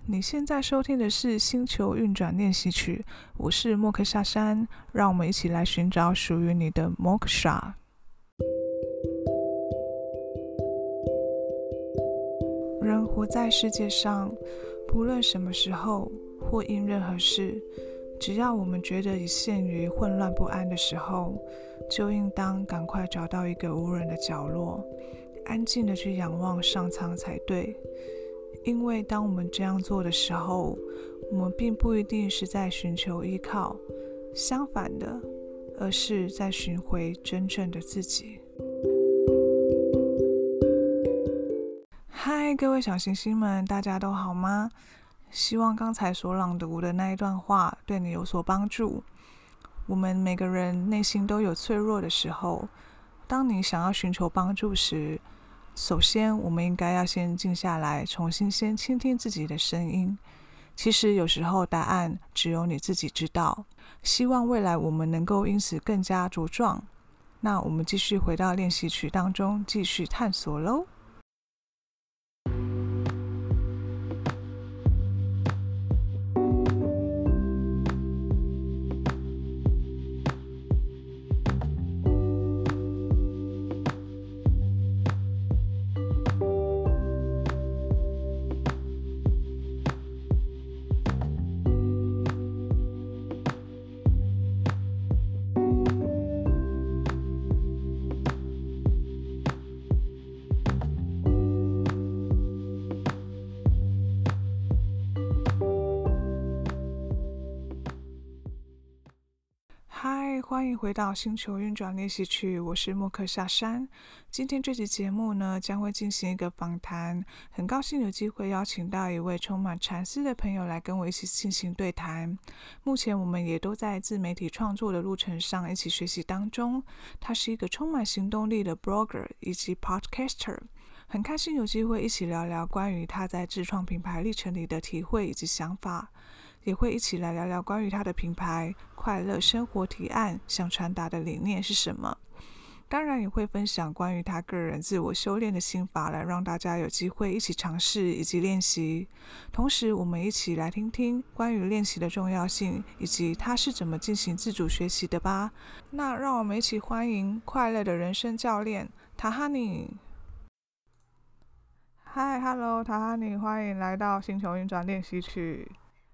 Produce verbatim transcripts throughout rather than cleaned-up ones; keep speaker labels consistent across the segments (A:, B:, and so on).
A: 你现在收听的是星球运转练习曲，我是莫克夏山，让我们一起来寻找属于你的 Moksha。人活在世界上，不论什么时候或因任何事，只要我们觉得已陷于混乱不安的时候，就应当赶快找到一个无人的角落，安静地去仰望上苍才对。因为当我们这样做的时候，我们并不一定是在寻求依靠，相反的，而是在寻回真正的自己。嗨，各位小星星们，大家都好吗？希望刚才所朗读的那一段话对你有所帮助。我们每个人内心都有脆弱的时候，当你想要寻求帮助时，首先我们应该要先静下来，重新先倾听自己的声音。其实有时候答案只有你自己知道。希望未来我们能够因此更加茁壮。那我们继续回到练习曲当中，继续探索咯。嗨，欢迎回到星球运转练习曲，我是莫克夏山。今天这集节目呢，将会进行一个访谈，很高兴有机会邀请到一位充满禅思的朋友来跟我一起进行对谈。目前我们也都在自媒体创作的路程上一起学习当中。他是一个充满行动力的 blogger 以及 podcaster， 很开心有机会一起聊聊关于他在自创品牌历程里的体会以及想法。也会一起来聊聊关于他的品牌快乐生活提案想传达的理念是什么，当然也会分享关于他个人自我修炼的心法，来让大家有机会一起尝试以及练习。同时我们一起来听听关于练习的重要性，以及他是怎么进行自主学习的吧。那让我们一起欢迎快乐的人生教练塔哈尼。嗨 Hello 塔哈尼，欢迎来到星球运转练习曲。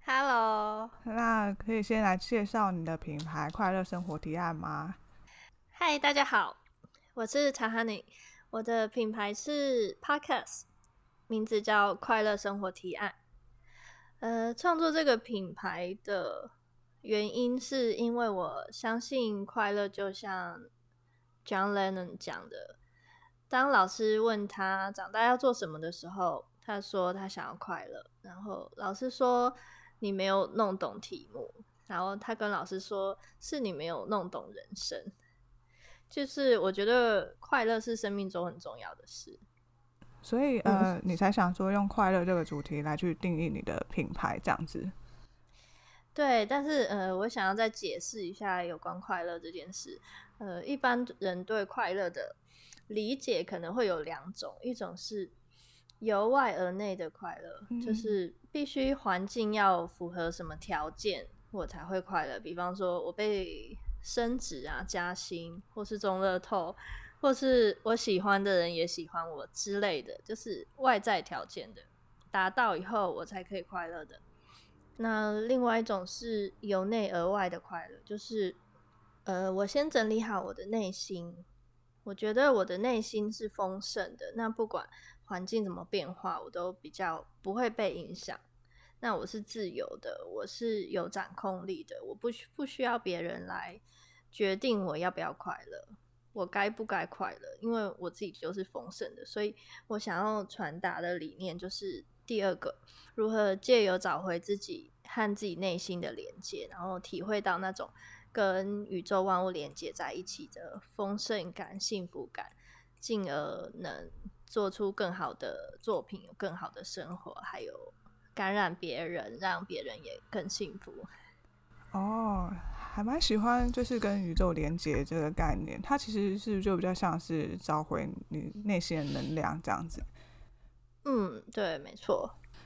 B: Hello，
A: 那可以先来介绍你的品牌快乐生活提案吗？
B: 嗨，大家好，我是查哈尼，我的品牌是 Podcast， 名字叫快乐生活提案。呃，创作这个品牌的原因是因为我相信快乐就像 John Lennon 讲的，当老师问他长大要做什么的时候，他说他想要快乐，然后老师说你没有弄懂题目，然后他跟老师说是你没有弄懂人生。就是我觉得快乐是生命中很重要的事，
A: 所以呃、嗯，你才想说用快乐这个主题来去定义你的品牌这样子。
B: 对，但是呃，我想要再解释一下有关快乐这件事。呃，一般人对快乐的理解可能会有两种，一种是由外而内的快乐，嗯、就是必须环境要符合什么条件我才会快乐，比方说我被升职啊、加薪，或是中乐透，或是我喜欢的人也喜欢我之类的，就是外在条件的达到以后我才可以快乐的。那另外一种是由内而外的快乐，就是呃，我先整理好我的内心，我觉得我的内心是丰盛的，那不管环境怎么变化，我都比较不会被影响。那我是自由的，我是有掌控力的，我不不需要别人来决定我要不要快乐，我该不该快乐，因为我自己就是丰盛的。所以我想要传达的理念就是第二个，如何借由找回自己和自己内心的连接，然后体会到那种跟宇宙万物连接在一起的丰盛感、幸福感，进而能做出更好的作品，有更好的生活，还有感染别人，让别人也更幸福。
A: 哦，还蛮喜欢就是跟宇宙连接这个概念，它其实是就比较像是找回你内心的能量这样子。
B: 嗯，对，没错。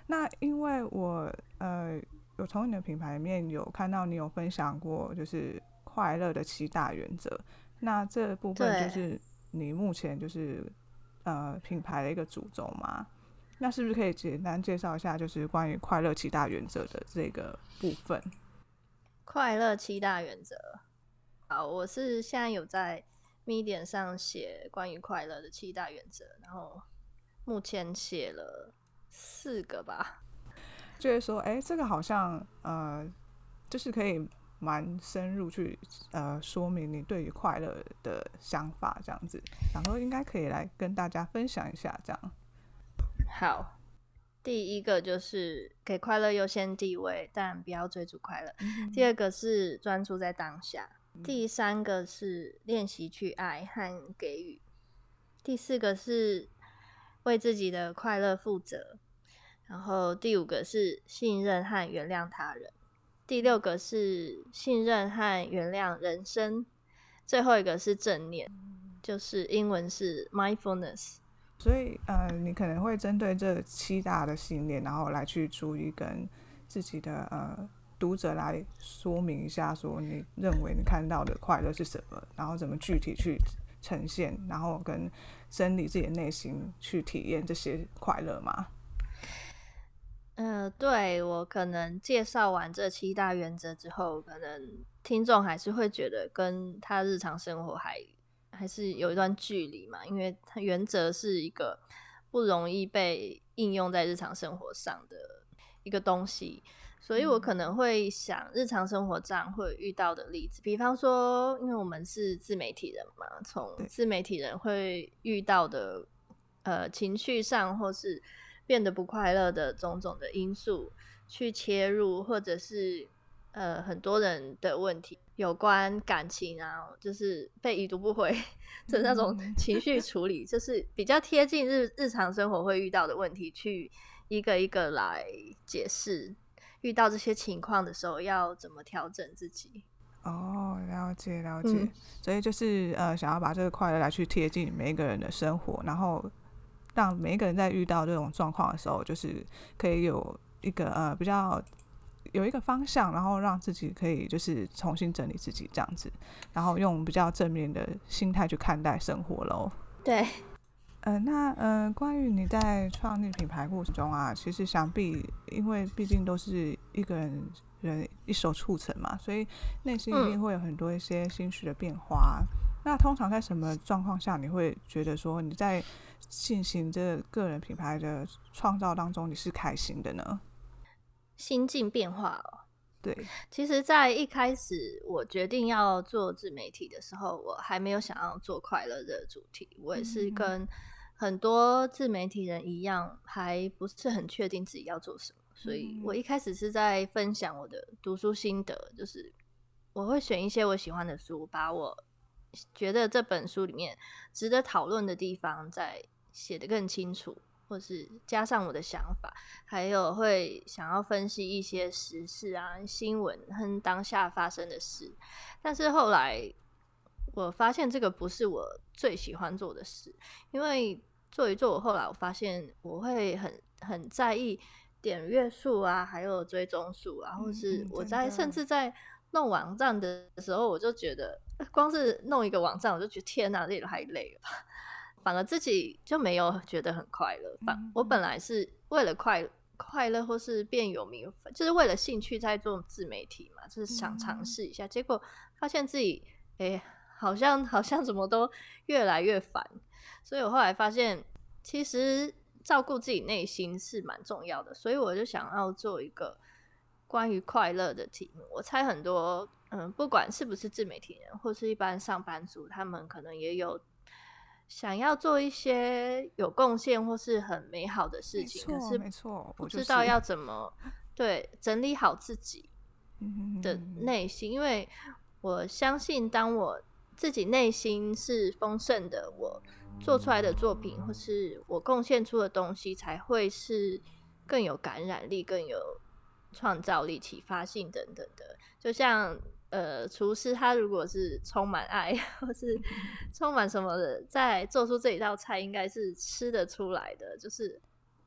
A: 那因为我呃有从你的品牌里面有看到你有分享过，就是快乐的七大原则，那这部分就是你目前就是呃品牌的一个主轴吗？那是不是可以简单介绍一下，就是关于快乐七大原则的这个部分？
B: 快乐七大原则，好，我是现在有在 Medium 上写关于快乐的七大原则，然后目前写了四个吧。
A: 就是说，哎，这个好像呃，就是可以蛮深入去呃说明你对于快乐的想法，这样子，然后应该可以来跟大家分享一下，这样。
B: 好，第一个就是给快乐优先地位，但不要追逐快乐。嗯、第二个是专注在当下。嗯、第三个是练习去爱和给予。第四个是为自己的快乐负责。然后第五个是信任和原谅他人。第六个是信任和原谅人生。最后一个是正念，就是英文是 mindfulness。
A: 所以呃，你可能会针对这七大的信念，然后来去逐一跟自己的呃读者来说明一下，说你认为你看到的快乐是什么，然后怎么具体去呈现，然后跟整理自己的内心去体验这些快乐吗？
B: 呃，对，我可能介绍完这七大原则之后，可能听众还是会觉得跟他日常生活还还是有一段距离嘛，因为它原则是一个不容易被应用在日常生活上的一个东西，所以我可能会想日常生活上会遇到的例子，比方说，因为我们是自媒体人嘛，从自媒体人会遇到的呃情绪上或是变得不快乐的种种的因素去切入，或者是呃很多人的问题有关感情啊，就是被已读不回的那种情绪处理，就是比较贴近日日常生活会遇到的问题，去一个一个来解释遇到这些情况的时候要怎么调整自己。
A: 哦，了解了解，
B: 嗯、
A: 所以就是呃想要把这个快乐来去贴近每一个人的生活，然后让每一个人在遇到这种状况的时候，就是可以有一个呃比较有一个方向，然后让自己可以就是重新整理自己这样子，然后用比较正面的心态去看待生活咯。
B: 对，
A: 呃，那呃，关于你在创立品牌过程中啊，其实想必因为毕竟都是一个人人一手促成嘛，所以内心一定会有很多一些心绪的变化。嗯、那通常在什么状况下，你会觉得说你在进行这个人品牌的创造当中，你是开心的呢？
B: 心境变化哦。
A: 对，
B: 其实在一开始我决定要做自媒体的时候，我还没有想要做快乐的主题，我也是跟很多自媒体人一样，还不是很确定自己要做什么，所以我一开始是在分享我的读书心得，就是我会选一些我喜欢的书，把我觉得这本书里面值得讨论的地方再写得更清楚，或是加上我的想法，还有会想要分析一些时事啊、新闻和当下发生的事。但是后来我发现这个不是我最喜欢做的事，因为做一做，我后来我发现我会很很在意点阅数啊，还有追踪数啊，或是我在甚至在弄网站的时候，我就觉得光是弄一个网站，我就觉得天哪，这也太累了吧。反而自己就没有觉得很快乐。反我本来是为了快快乐或是变有名，就是为了兴趣在做自媒体嘛，就是想尝试一下，结果发现自己哎、欸，好像好像怎么都越来越烦。所以我后来发现，其实照顾自己内心是蛮重要的，所以我就想要做一个关于快乐的题目。我猜很多嗯，不管是不是自媒体人或是一般上班族，他们可能也有想要做一些有贡献或是很美好的事情，可是
A: 没错，
B: 不知道要怎么对整理好自己的内心。因为我相信，当我自己内心是丰盛的，我做出来的作品或是我贡献出的东西，才会是更有感染力、更有创造力、启发性等等的。就像呃，厨师他如果是充满爱或是充满什么的，在做出这一道菜应该是吃得出来的，就是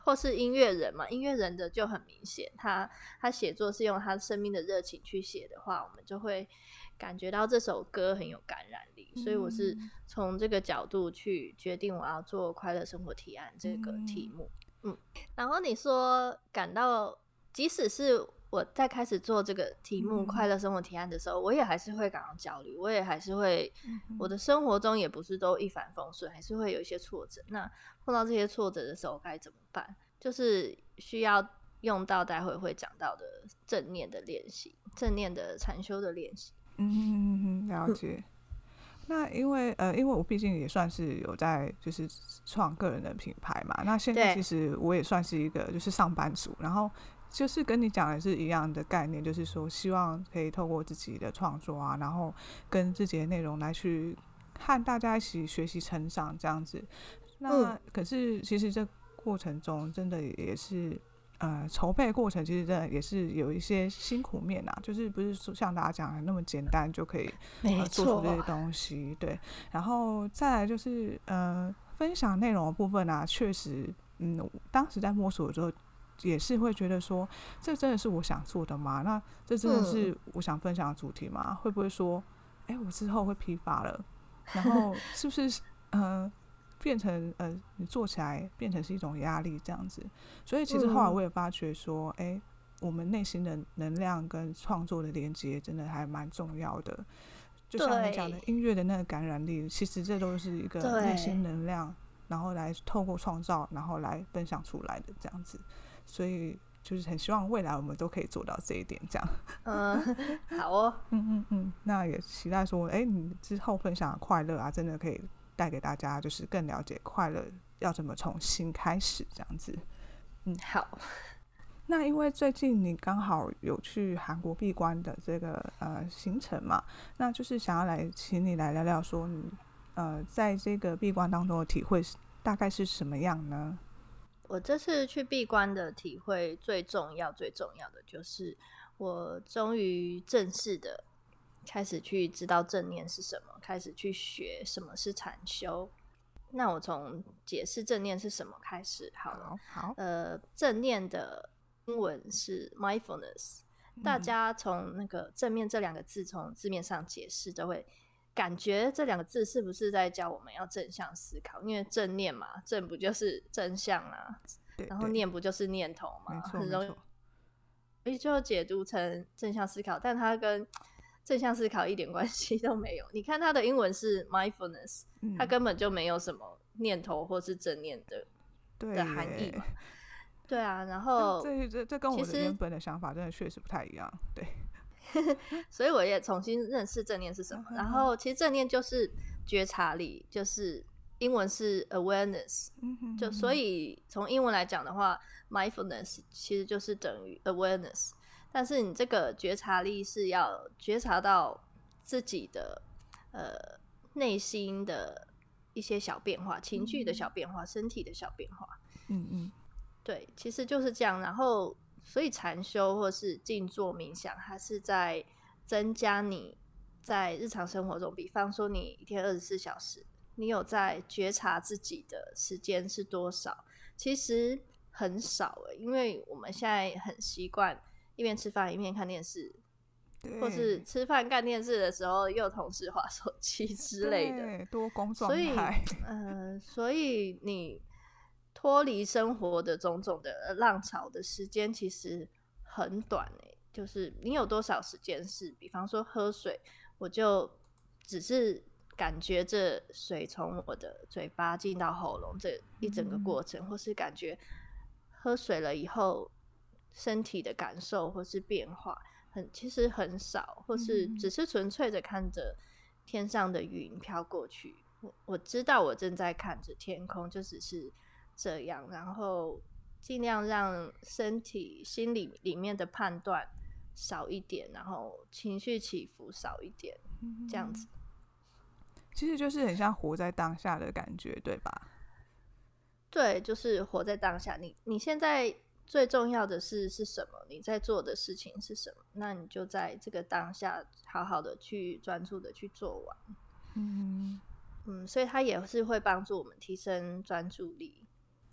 B: 或是音乐人嘛，音乐人的就很明显，他他写作是用他生命的热情去写的话，我们就会感觉到这首歌很有感染力。所以我是从这个角度去决定我要做快乐生活提案这个题目。嗯，然后你说感到，即使是我在开始做这个题目快乐生活提案的时候，我也还是会感到焦虑，我也还是会，我的生活中也不是都一帆风顺，还是会有一些挫折。那碰到这些挫折的时候该怎么办？就是需要用到待会会讲到的正念的练习，正念的禅修的练习。
A: 嗯，了解。嗯，那因为呃，因为我毕竟也算是有在就是创个人的品牌嘛，那现在其实我也算是一个就是上班族，然后就是跟你讲的是一样的概念，就是说希望可以透过自己的创作啊，然后跟自己的内容来去和大家一起学习成长这样子。那可是其实这过程中真的也是呃，筹备过程其实真的也是有一些辛苦面啊，就是不是说像大家讲的那么简单就可以、呃、做出这些东西。对，然后再来就是呃，分享内容的部分啊，确实，嗯，当时在摸索的时候也是会觉得说，这真的是我想做的吗？那这真的是我想分享的主题吗？嗯、会不会说，哎，我之后会疲乏了，然后是不是呃？变成呃，你做起来变成是一种压力这样子，所以其实后来我也发觉说，哎、嗯，我们内心的能量跟创作的连接真的还蛮重要的。就像你讲的，音乐的那个感染力，其实这都是一个内心能量，然后来透过创造，然后来分享出来的这样子。所以就是很希望未来我们都可以做到这一点，这样。
B: 嗯，好哦，
A: 嗯嗯嗯，那也期待说，哎，你之后分享的快乐啊，真的可以带给大家就是更了解快乐要怎么从心开始这样子。嗯，
B: 好。
A: 那因为最近你刚好有去韩国闭关的这个呃行程嘛，那就是想要来请你来聊聊说你呃在这个闭关当中的体会大概是什么样呢？
B: 我这次去闭关的体会最重要最重要的就是我终于正式的开始去知道正念是什么，开始去学什么是禅修。那我从解释正念是什么开始好了。
A: 好，好，
B: 呃，正念的英文是 mindfulness，嗯，大家从那个正面这两个字从字面上解释都会感觉这两个字是不是在教我们要正向思考？因为正念嘛，正不就是正向啊，
A: 对对，
B: 然后念不就是念头嘛，
A: 没错，
B: 很容易就解读成正向思考，但它跟正向思考一点关系都没有。你看它的英文是 mindfulness，嗯，它根本就没有什么念头或是正念的的含义嘛。对啊，然后
A: 这这这跟我的原本的想法真的确实不太一样，对。
B: 所以我也重新认识正念是什么。然后其实正念就是觉察力，就是英文是 awareness， 就所以从英文来讲的话 mindfulness 其实就是等于 awareness， 但是你这个觉察力是要觉察到自己的呃内心的一些小变化，情绪的小变化，身体的小变化。嗯嗯，对，其实就是这样。然后所以禅修或是静坐冥想，它是在增加你在日常生活中，比方说你一天二十四小时，你有在觉察自己的时间是多少？其实很少欸，因为我们现在很习惯一边吃饭一边看电视，或是吃饭看电视的时候又同时滑手机之类的，
A: 多工状态。
B: 所以，呃，所以你脱离生活的种种的浪潮的时间其实很短欸，就是你有多少时间是比方说喝水，我就只是感觉这水从我的嘴巴进到喉咙这一整个过程，嗯，或是感觉喝水了以后身体的感受或是变化很其实很少，或是只是纯粹的看着天上的云飘过去，我我知道我正在看着天空，就只是这样，然后尽量让身体心理里面的判断少一点，然后情绪起伏少一点，这样子。
A: 其实就是很像活在当下的感觉，对吧？
B: 对，就是活在当下。你你现在最重要的事是什么？你在做的事情是什么？那你就在这个当下好好的去专注的去做完。嗯嗯，所以它也是会帮助我们提升专注力。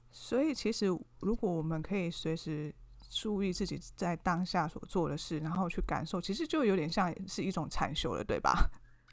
A: 所以其实如果我们可以随时注意自己在当下所做的事，然后去感受，其实就有点像是一种禅修了，对吧？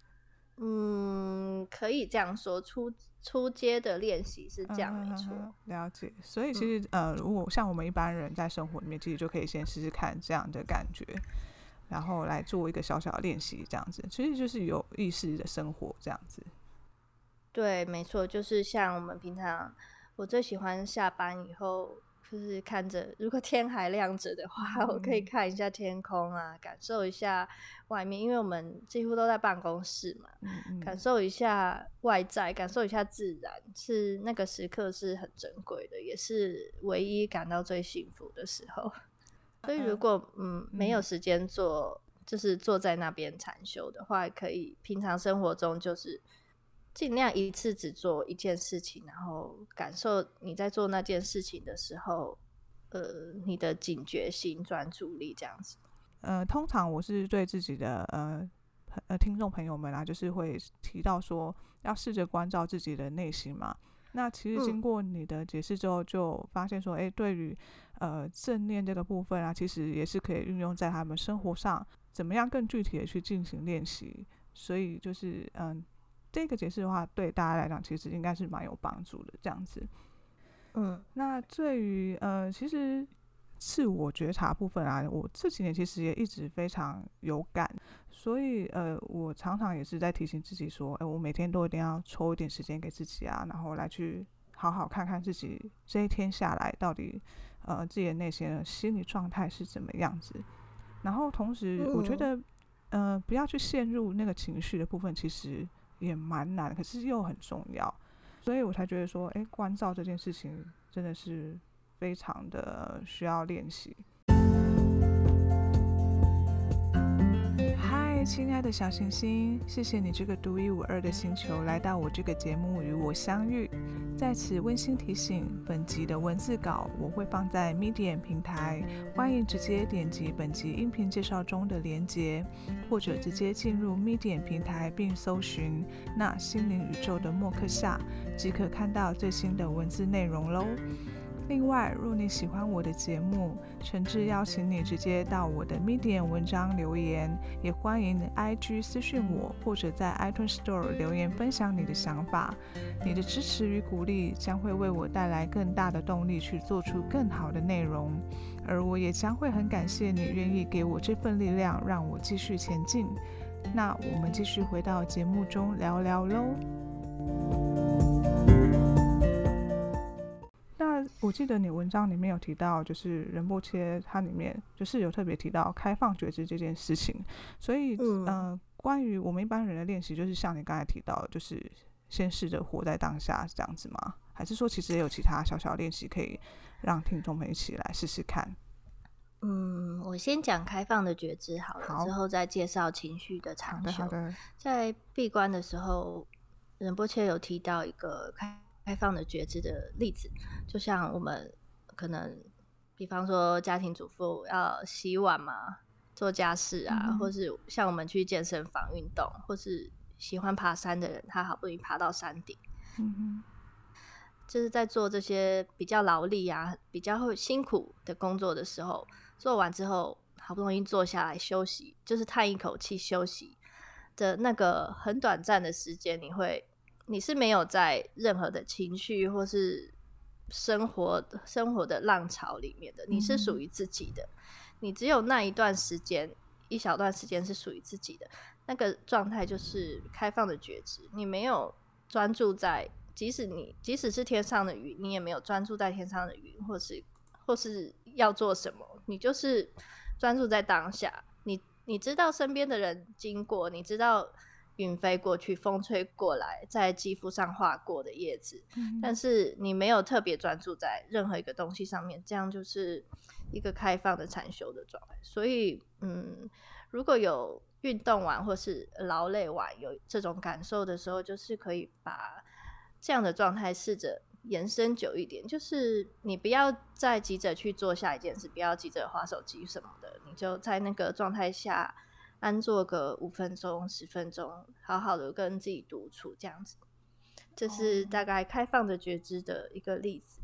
B: 嗯，可以这样说，初初阶的练习是这样，没错。
A: 嗯，了解。所以其实、嗯、呃，如果像我们一般人在生活里面，其实就可以先试试看这样的感觉，然后来做一个小小的练习，这样子，其实就是有意识的生活这样子。
B: 对，没错，就是像我们平常，我最喜欢下班以后，就是看着，如果天还亮着的话，
A: 嗯
B: 我可以看一下天空啊，感受一下外面，因为我们几乎都在办公室嘛，
A: 嗯嗯，
B: 感受一下外在，感受一下自然，是那个时刻是很珍贵的，也是唯一感到最幸福的时候。所以如果嗯没有时间做，就是坐在那边禅修的话，可以平常生活中就是尽量一次只做一件事情，然后感受你在做那件事情的时候，呃，你的警觉性、专注力这样子。
A: 呃，通常我是对自己的呃呃听众朋友们啊，就是会提到说，要试着关照自己的内心嘛。那其实经过你的解释之后，就发现说，哎、嗯，对于呃正念这个部分啊，其实也是可以运用在他们生活上，怎么样更具体的去进行练习。所以就是嗯，这个解释的话，对大家来讲，其实应该是蛮有帮助的，这样子。
B: 嗯，
A: 那对于呃，其实自我觉察部分啊，我这几年其实也一直非常有感，所以呃，我常常也是在提醒自己说，哎，我每天都一定要抽一点时间给自己啊，然后来去好好看看自己这一天下来到底呃自己的内心的心理状态是怎么样子。然后同时，我觉得呃不要去陷入那个情绪的部分，其实也蛮难，可是又很重要。所以我才觉得说，哎，关照这件事情真的是非常的需要练习。嗨，亲爱的小行星，谢谢你这个独一无二的星球来到我这个节目与我相遇。在此温馨提醒，本集的文字稿我会放在 Medium 平台，欢迎直接点击本集音频介绍中的连结，或者直接进入 Medium 平台并搜寻那心灵宇宙的默克夏，即可看到最新的文字内容咯。另外，若你喜欢我的节目，诚挚邀请你直接到我的 Medium 文章留言，也欢迎 I G 私讯我，或者在 iTunes Store 留言分享你的想法。你的支持与鼓励将会为我带来更大的动力去做出更好的内容，而我也将会很感谢你愿意给我这份力量，让我继续前进。那我们继续回到节目中聊聊咯。那我记得你文章里面有提到，就是仁波切它里面就是有特别提到开放觉知这件事情，所以、嗯、呃，关于我们一般人的练习，就是像你刚才提到的，就是先试着活在当下这样子吗？还是说其实也有其他小小练习可以让听众们一起来试试看？
B: 嗯，我先讲开放的觉知好了，好，之后再介绍情绪的禅修。
A: 好的，好的。
B: 在闭关的时候，仁波切有提到一个开开放的觉知的例子，就像我们可能，比方说家庭主妇要洗碗嘛，做家事啊，嗯、或是像我们去健身房运动，或是喜欢爬山的人，他好不容易爬到山顶，嗯哼，就是在做这些比较劳力啊、比较会辛苦的工作的时候，做完之后好不容易坐下来休息，就是叹一口气休息的那个很短暂的时间，你会。你是没有在任何的情绪或是生活生活的浪潮里面的，你是属于自己的、嗯、你只有那一段时间一小段时间是属于自己的，那个状态就是开放的觉知，你没有专注在即使你即使是天上的云，你也没有专注在天上的云或是或是要做什么，你就是专注在当下，你你知道身边的人经过，你知道云飞过去，风吹过来，在肌肤上划过的叶子、嗯、但是你没有特别专注在任何一个东西上面，这样就是一个开放的禅修的状态。所以嗯，如果有运动完或是劳累完有这种感受的时候，就是可以把这样的状态试着延伸久一点，就是你不要再急着去做下一件事，不要急着滑手机什么的，你就在那个状态下安坐个五分钟十分钟，好好的跟自己独处，这样子，这是大概开放的觉知的一个例子。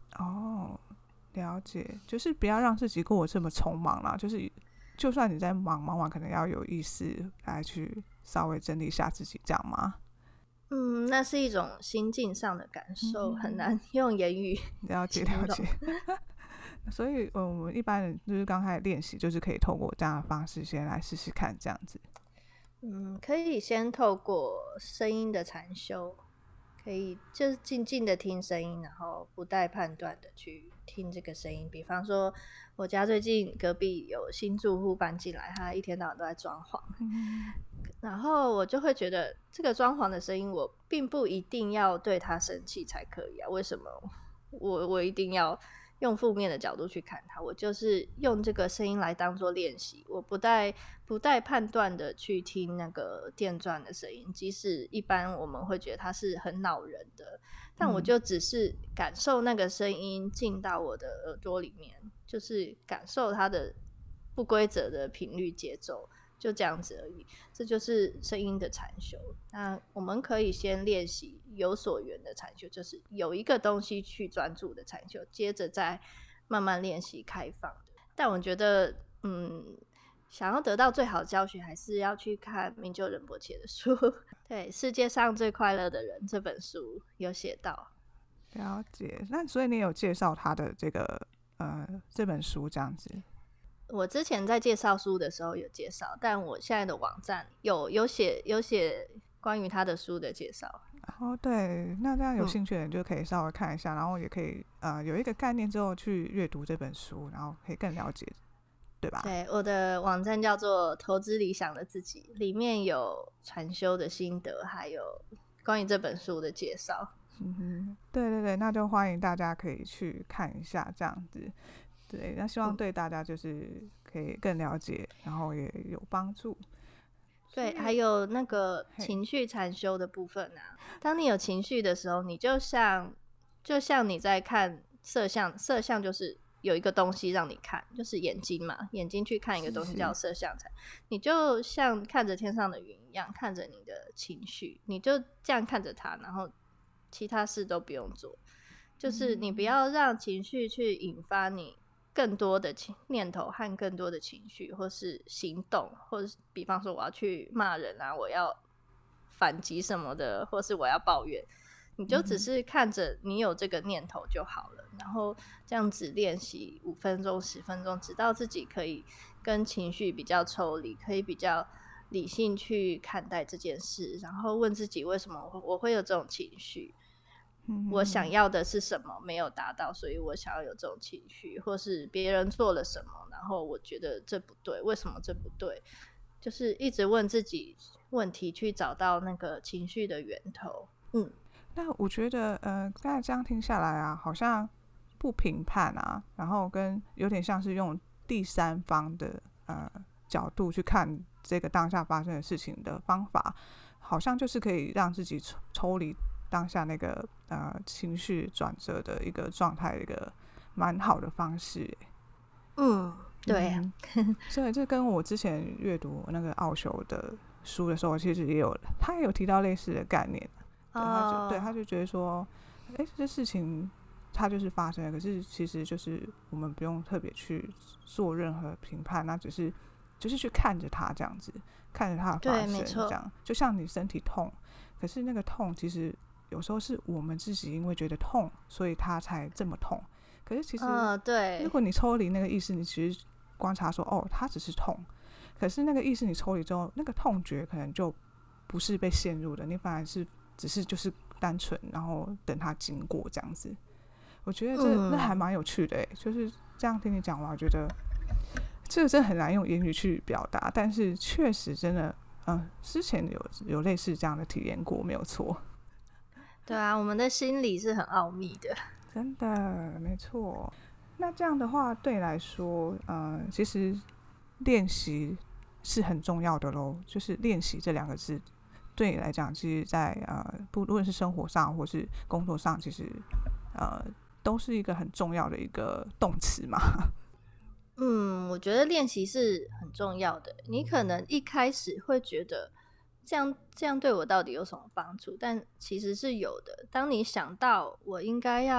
A: 哦，了解，就是不要让自己过得这么匆忙啦，就是就算你在忙，忙完可能要有意识来去稍微整理一下自己，这样吗？
B: 嗯，那是一种心境上的感受，很
A: 嗯，
B: 难用言语
A: 了解
B: 形容。
A: 了解。所以，呃我们一般人就是刚开始练习，就是可以透过这样的方式先来试试看，这样子。
B: 嗯，可以先透过声音的禅修，可以就是静静的听声音，然后不带判断的去听这个声音。比方说，我家最近隔壁有新住户搬进来，他一天到晚都在装潢，
A: 嗯
B: 然后我就会觉得这个装潢的声音，我并不一定要对他生气才可以啊。为什么我我一定要用负面的角度去看他？我就是用这个声音来当做练习，我不带不带判断的去听那个电钻的声音，即使一般我们会觉得它是很恼人的，但我
A: 嗯
B: 就只是感受那个声音进到我的耳朵里面，就是感受它的不规则的频率节奏。就这样子而已，这就是声音的禅修。那我们可以先练习有所缘的禅修，就是有一个东西去专注的禅修，接着再慢慢练习开放的。但我觉得，嗯，想要得到最好的教学，还是要去看明就仁波切的书。对，《世界上最快乐的人》这本书有写到。
A: 了解。那所以你有介绍他的这个呃这本书这样子。
B: 我之前在介绍书的时候有介绍，但我现在的网站有有写有写关于他的书的介绍。
A: 哦，对，那这样有
B: 嗯，
A: 兴趣的人就可以稍微看一下，然后也可以呃有一个概念之后去阅读这本书，然后可以更了解，对吧？
B: 对，我的网站叫做投资理想的自己，里面有禅修的心得，还有关于这本书的介绍。
A: 嗯哼，对对对，那就欢迎大家可以去看一下这样子。对，那希望
B: 嗯，
A: 对大家就是可以更了解，然后也有帮助。所
B: 对，还
A: 以，
B: 有那个
A: 嘿，
B: 情绪禅修的部分啊。当你有情绪的时候，你就像就像你在看色相，色相就是有一个东西让你看，就是眼睛嘛，眼睛去看一个
A: 是是，
B: 东西叫色相禅。你就像看着天上的云一样，看着你的情绪，你就这样看着它，然后其他事都不用做，就是你不
A: 嗯
B: 要让情绪去引发你更多的情念头和更多的情绪，或是行动，或是比方说我要去骂人啊，我要反击什么的，或是我要抱怨，你就只
A: 嗯哼，
B: 是看着你有这个念头就好了，然后这样子练习五分钟、十分钟，直到自己可以跟情绪比较抽离，可以比较理性去看待这件事，然后问自己为什么我会有这种情绪，我想
A: 嗯
B: 要的是什么没有达到，所以我想要有这种情绪，或是别人做了什么，然后我觉得这不对，为什么这不对？就是一直问自己问题，去找到那个情绪的源头。嗯，
A: 那我觉得，呃，刚才这样听下来啊，好像不评判啊，然后跟有点像是用第三方的呃角度去看这个当下发生的事情的方法，好像就是可以让自己抽抽离当下那个呃情绪转折的一个状态，一个蛮好的方式欸。
B: 嗯，对，
A: 嗯哼，所以这跟我之前阅读那个奥修的书的时候，其实也有他也有提到类似的概念。对，他就对
B: 哦，
A: 他就觉得说，哎，这事情它就是发生了，可是其实就是我们不用特别去做任何评判，那只是就是去看着它这样子，看着它的发
B: 对，没
A: 生，这
B: 错，
A: 样就像你身体痛，可是那个痛其实有时候是我们自己因为觉得痛，所以它才这么痛。可是其实
B: 嗯，对，
A: 如果你抽离那个意识，你其实观察说，哦，它只是痛，可是那个意识你抽离之后，那个痛觉可能就不是被陷入的，你反而是只是就是单纯，然后等它经过这样子。我觉得这那还
B: 嗯，
A: 蛮有趣的诶，就是这样听你讲完，我觉得这个真的很难用言语去表达，但是确实真的，嗯，之前有有类似这样的体验过，没有错，
B: 对啊，我们的心理是很奥秘的。
A: 真的没错。那这样的话，对你来说，呃，其实练习是很重要的咯，就是练习这两个字，对你来讲，其实在呃，不论是生活上或是工作上，其实呃，都是一个很重要的一个动词嘛。
B: 嗯，我觉得练习是很重要的。你可能一开始会觉得这样这样对我到底有什么帮助？但其实是有的。当你想到我应该要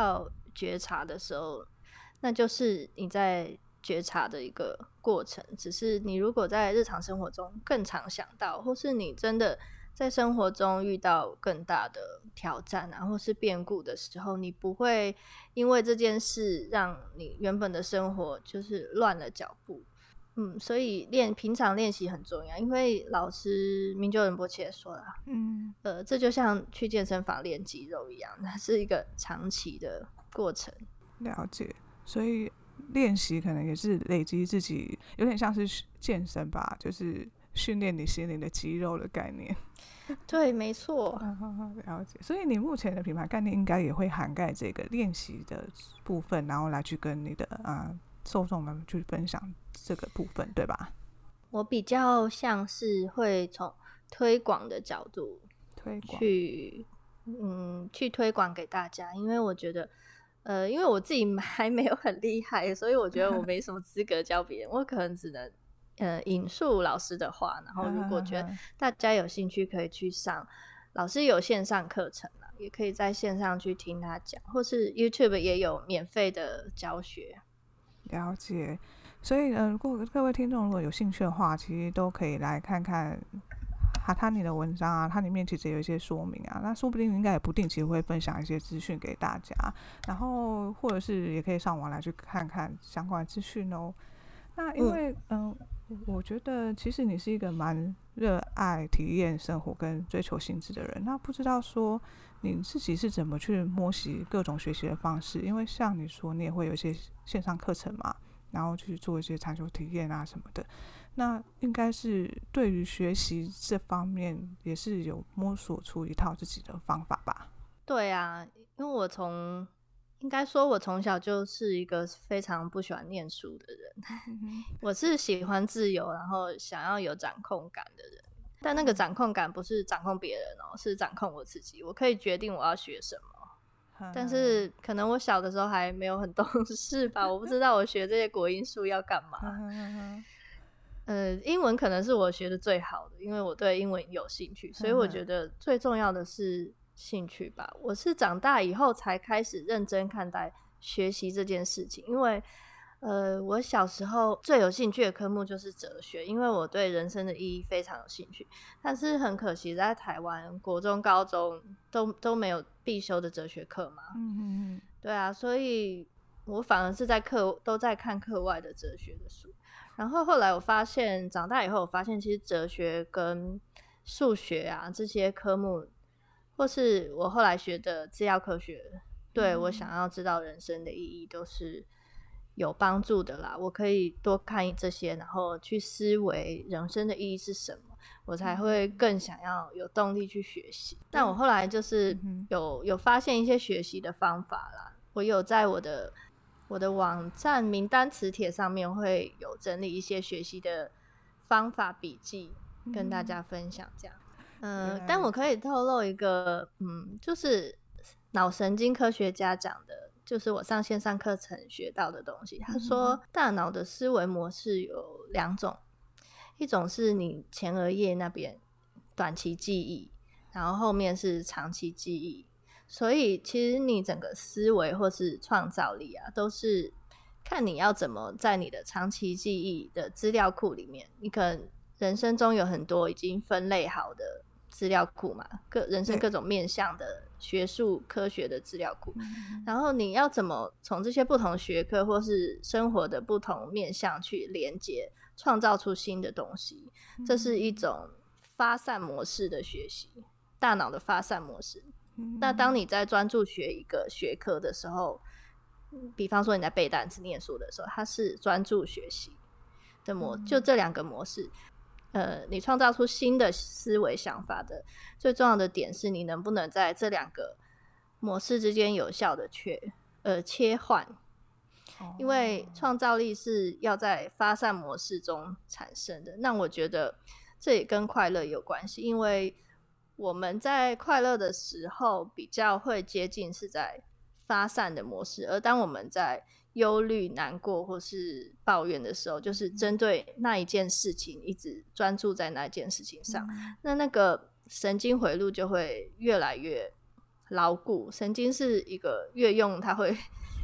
B: 觉察的时候，那就是你在觉察的一个过程。只是你如果在日常生活中更常想到，或是你真的在生活中遇到更大的挑战啊，或是变故的时候，你不会因为这件事让你原本的生活就是乱了脚步。嗯，所以练平常练习很重要，因为老师明就仁波切说啦，
A: 嗯，
B: 呃，这就像去健身房练肌肉一样，它是一个长期的过程。
A: 了解。所以练习可能也是累积自己，有点像是健身吧，就是训练你心灵的肌肉的概念。
B: 对，没错。
A: 了解。所以你目前的品牌概念应该也会涵盖这个练习的部分，然后来去跟你的呃受众们去分享这个部分，对吧？
B: 我比较像是会从推广的角度
A: 推广
B: 去嗯去推广给大家，因为我觉得呃因为我自己还没有很厉害，所以我觉得我没什么资格教别人，我可能只能呃引述老师的话，然后如果觉得大家有兴趣可以去上，老师有线上课程啦，也可以在线上去听他讲，或是 YouTube 也有免费的教学。
A: 了解。所以呃，如果各位听众如果有兴趣的话，其实都可以来看看哈他你的文章啊，它里面其实有一些说明啊，那说不定应该也不定期会分享一些资讯给大家，然后或者是也可以上网来去看看相关的资讯哦。那因为嗯、呃，我觉得其实你是一个蛮热爱体验生活跟追求新知的人，那不知道说你自己是怎么去摸习各种学习的方式？因为像你说你也会有一些线上课程嘛，然后去做一些禅修体验啊什么的，那应该是对于学习这方面也是有摸索出一套自己的方法吧？
B: 对啊，因为我从应该说我从小就是一个非常不喜欢念书的人，
A: 嗯、
B: 我是喜欢自由然后想要有掌控感的人，但那个掌控感不是掌控别人哦，是掌控我自己，我可以决定我要学什么。但是可能我小的时候还没有很懂事吧，我不知道我学这些国音数要干嘛。呃，英文可能是我学的最好的，因为我对英文有兴趣，所以我觉得最重要的是兴趣吧。我是长大以后才开始认真看待学习这件事情，因为呃，我小时候最有兴趣的科目就是哲学，因为我对人生的意义非常有兴趣。但是很可惜，在台湾国中、高中都都没有必修的哲学课嘛。
A: 嗯嗯
B: 对啊，所以我反而是在课都在看课外的哲学的书。然后后来我发现，长大以后我发现，其实哲学跟数学啊这些科目，或是我后来学的资料科学，对我想要知道人生的意义都是有帮助的啦。我可以多看这些，然后去思维人生的意义是什么，我才会更想要有动力去学习。但我后来就是有有发现一些学习的方法啦，我有在我的我的网站名单磁铁上面会有整理一些学习的方法笔记跟大家分享这样。嗯、呃，但我可以透露一个，嗯，就是脑神经科学家讲的，就是我上线上课程学到的东西。他说，大脑的思维模式有两种，一种是你前额叶那边短期记忆，然后后面是长期记忆。所以其实你整个思维或是创造力啊，都是看你要怎么在你的长期记忆的资料库里面，你可能人生中有很多已经分类好的资料库嘛，各人生各种面向的学术科学的资料库，然后你要怎么从这些不同学科或是生活的不同面向去连接，创造出新的东西，这是一种发散模式的学习，大脑的发散模式。那当你在专注学一个学科的时候，比方说你在背单词念书的时候，它是专注学习的模，就这两个模式，呃，你创造出新的思维想法的最重要的点是你能不能在这两个模式之间有效的切呃切换，因为创造力是要在发散模式中产生的。那我觉得这也跟快乐有关系，因为我们在快乐的时候比较会接近是在发散的模式，而当我们在忧虑、难过或是抱怨的时候，就是针对那一件事情一直专注在那一件事情上，嗯、那那个神经回路就会越来越牢固。神经是一个越用它会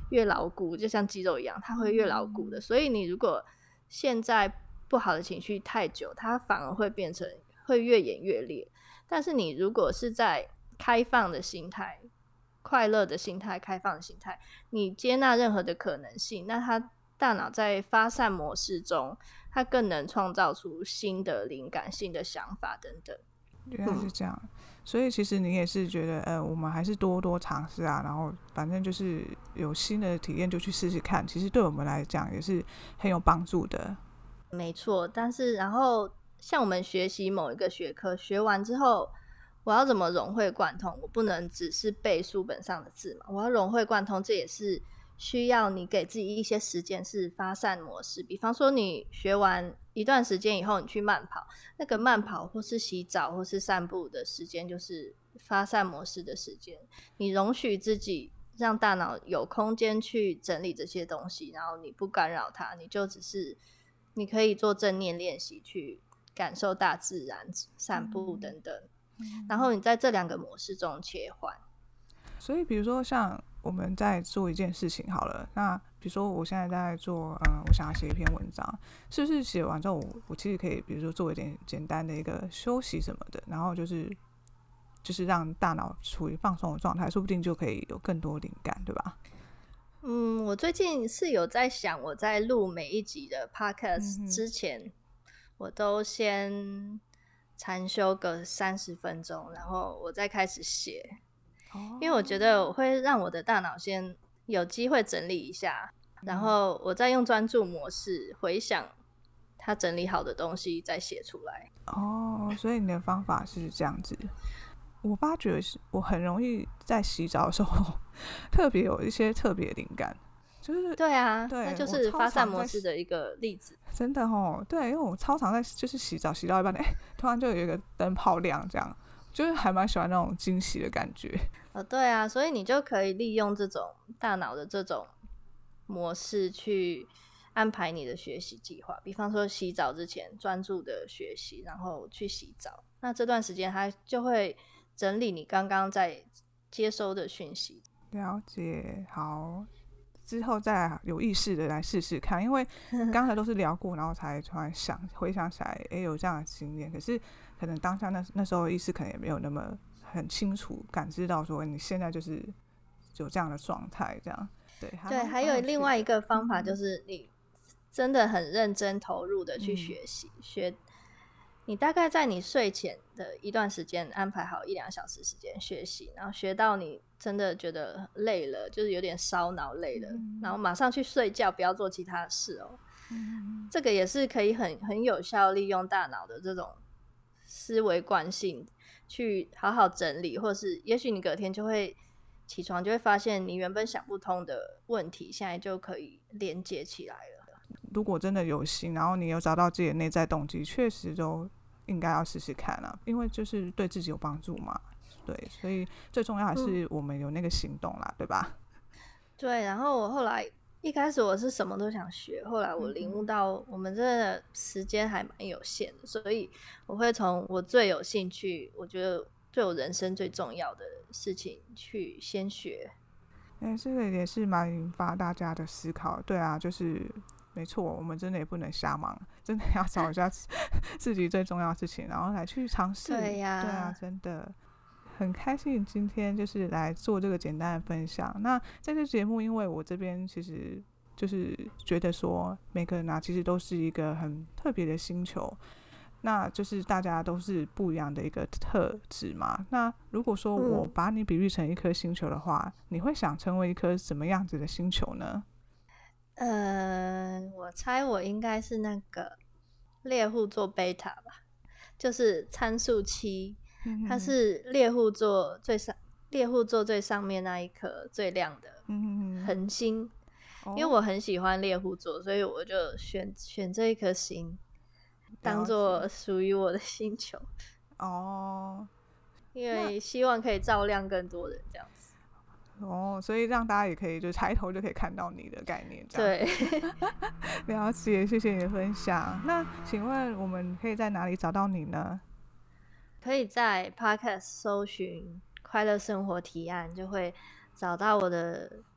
B: 越牢固，就像肌肉一样，它会越牢固的。所以你如果现在不好的情绪太久，它反而会变成会越演越烈。但是你如果是在开放的心态、快乐的心态、开放的心态，你接纳任何的可能性，那它大脑在发散模式中，它更能创造出新的灵感、新的想法等等。
A: 原来是这样、嗯、所以其实你也是觉得呃，我们还是多多尝试啊，然后反正就是有新的体验就去试试看，其实对我们来讲也是很有帮助的。
B: 没错，但是然后像我们学习某一个学科，学完之后我要怎么融会贯通，我不能只是背书本上的字嘛，我要融会贯通，这也是需要你给自己一些时间，是发散模式。比方说你学完一段时间以后，你去慢跑，那个慢跑或是洗澡或是散步的时间就是发散模式的时间，你容许自己让大脑有空间去整理这些东西，然后你不干扰它，你就只是你可以做正念练习，去感受大自然、散步等等、嗯、然后你在这两个模式中切换。
A: 所以比如说像我们在做一件事情好了，那比如说我现在在做呃，我想要写一篇文章，是不是写完之后 我, 我其实可以比如说做一点简单的一个休息什么的，然后就是就是让大脑处于放松的状态，说不定就可以有更多灵感，对吧？
B: 嗯，我最近是有在想，我在录每一集的 podcast 之前、嗯、我都先禅修个三十分钟，然后我再开始写、哦、因为我觉得我会让我的大脑先有机会整理一下、嗯、然后我再用专注模式回想他整理好的东西再写出来。
A: 哦，所以你的方法是这样子。我发觉我很容易在洗澡的时候特别有一些特别灵感，就是
B: 对啊，
A: 对，
B: 那就是发散模式的一个例子。
A: 真的哦，对，因为我超常在就是洗澡洗到一半，哎，突然就有一个灯泡亮，这样就是还蛮喜欢那种惊喜的感觉。
B: 哦，对啊，所以你就可以利用这种大脑的这种模式去安排你的学习计划，比方说洗澡之前专注的学习，然后去洗澡，那这段时间它就会整理你刚刚在接收的讯息。
A: 了解，好，之后再有意识的来试试看，因为刚才都是聊过然后才突然想回想起来，哎，有这样的经验，可是可能当下那那时候的意识可能也没有那么很清楚感知到说你现在就是有这样的状态，这样对
B: 对。还有另外一个方法就是你真的很认真投入的去学习、嗯、学你大概在你睡前的一段时间安排好一两小时时间学习，然后学到你真的觉得累了，就是有点烧脑累了、嗯、然后马上去睡觉，不要做其他事哦、嗯、这个也是可以很很有效利用大脑的这种思维惯性去好好整理，或是也许你隔天就会起床就会发现你原本想不通的问题现在就可以连接起来了。
A: 如果真的有心，然后你有找到自己的内在动机，确实都应该要试试看啊，因为就是对自己有帮助嘛。对，所以最重要还是我们有那个行动啦、嗯、对吧？
B: 对，然后我后来一开始我是什么都想学，后来我领悟到我们真的时间还蛮有限的，所以我会从我最有兴趣我觉得对我人生最重要的事情去先学。
A: 哎、欸，这个也是蛮引发大家的思考。对啊，就是没错，我们真的也不能瞎忙，真的要找一下自己最重要的事情，然后来去尝试。
B: 对呀、啊，
A: 对啊，真的很开心今天就是来做这个简单的分享。那在这节目，因为我这边其实就是觉得说，每个人啊其实都是一个很特别的星球。那就是大家都是不一样的一个特质嘛。那如果说我把你比喻成一颗星球的话、嗯、你会想成为一颗什么样子的星球呢？
B: 呃，我猜我应该是那个猎户座贝塔吧，就是参数七、嗯、它是猎户座最上猎户座最上面那一颗最亮的恒星、嗯、因为我很喜欢猎户座，所以我就选选这一颗星当做属于我的星球
A: 哦，
B: 因为希望可以照亮更多人这样子
A: 哦，所以让大家也可以就抬头就可以看到你的概念这
B: 样。
A: 对了解，谢谢你的分享。那请问我们可以在哪里找到你呢？
B: 可以在 Podcast 搜寻快乐生活提案，就会找到我的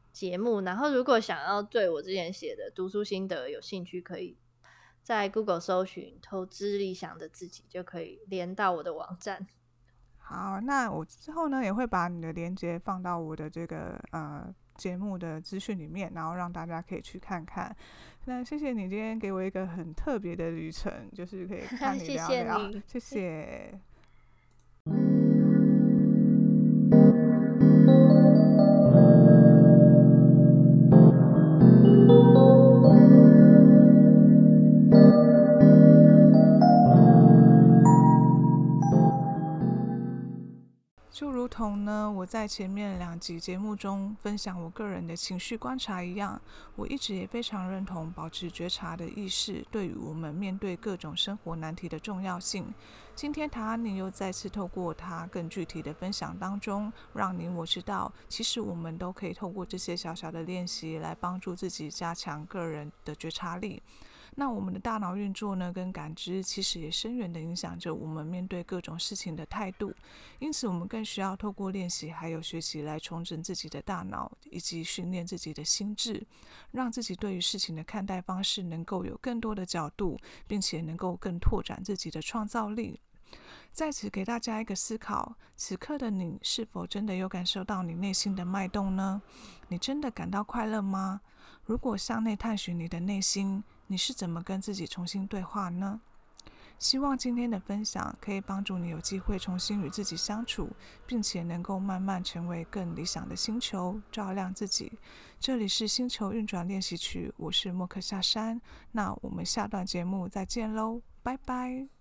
B: 节目。然后如果想要对我之前写的读书心得有兴趣，可以在 Google 搜寻投资理想的自己，就可以连到我的网站。
A: 好，那我之后呢也会把你的连结放到我的这个呃节目的资讯里面，然后让大家可以去看看。那谢谢你今天给我一个很特别的旅程，就是可以看你聊聊，
B: 谢谢你，
A: 谢谢。就如同呢，我在前面两集节目中分享我个人的情绪观察一样，我一直也非常认同保持觉察的意识对于我们面对各种生活难题的重要性。今天塔安妮又再次透过她更具体的分享当中，让你我知道，其实我们都可以透过这些小小的练习来帮助自己加强个人的觉察力。那我们的大脑运作呢，跟感知其实也深远地影响着我们面对各种事情的态度，因此我们更需要透过练习还有学习来重整自己的大脑，以及训练自己的心智，让自己对于事情的看待方式能够有更多的角度，并且能够更拓展自己的创造力。在此给大家一个思考，此刻的你是否真的有感受到你内心的脉动呢？你真的感到快乐吗？如果向内探寻你的内心，你是怎么跟自己重新对话呢？希望今天的分享可以帮助你有机会重新与自己相处，并且能够慢慢成为更理想的星球，照亮自己。这里是星球运转练习曲，我是莫克夏山，那我们下段节目再见喽，拜拜。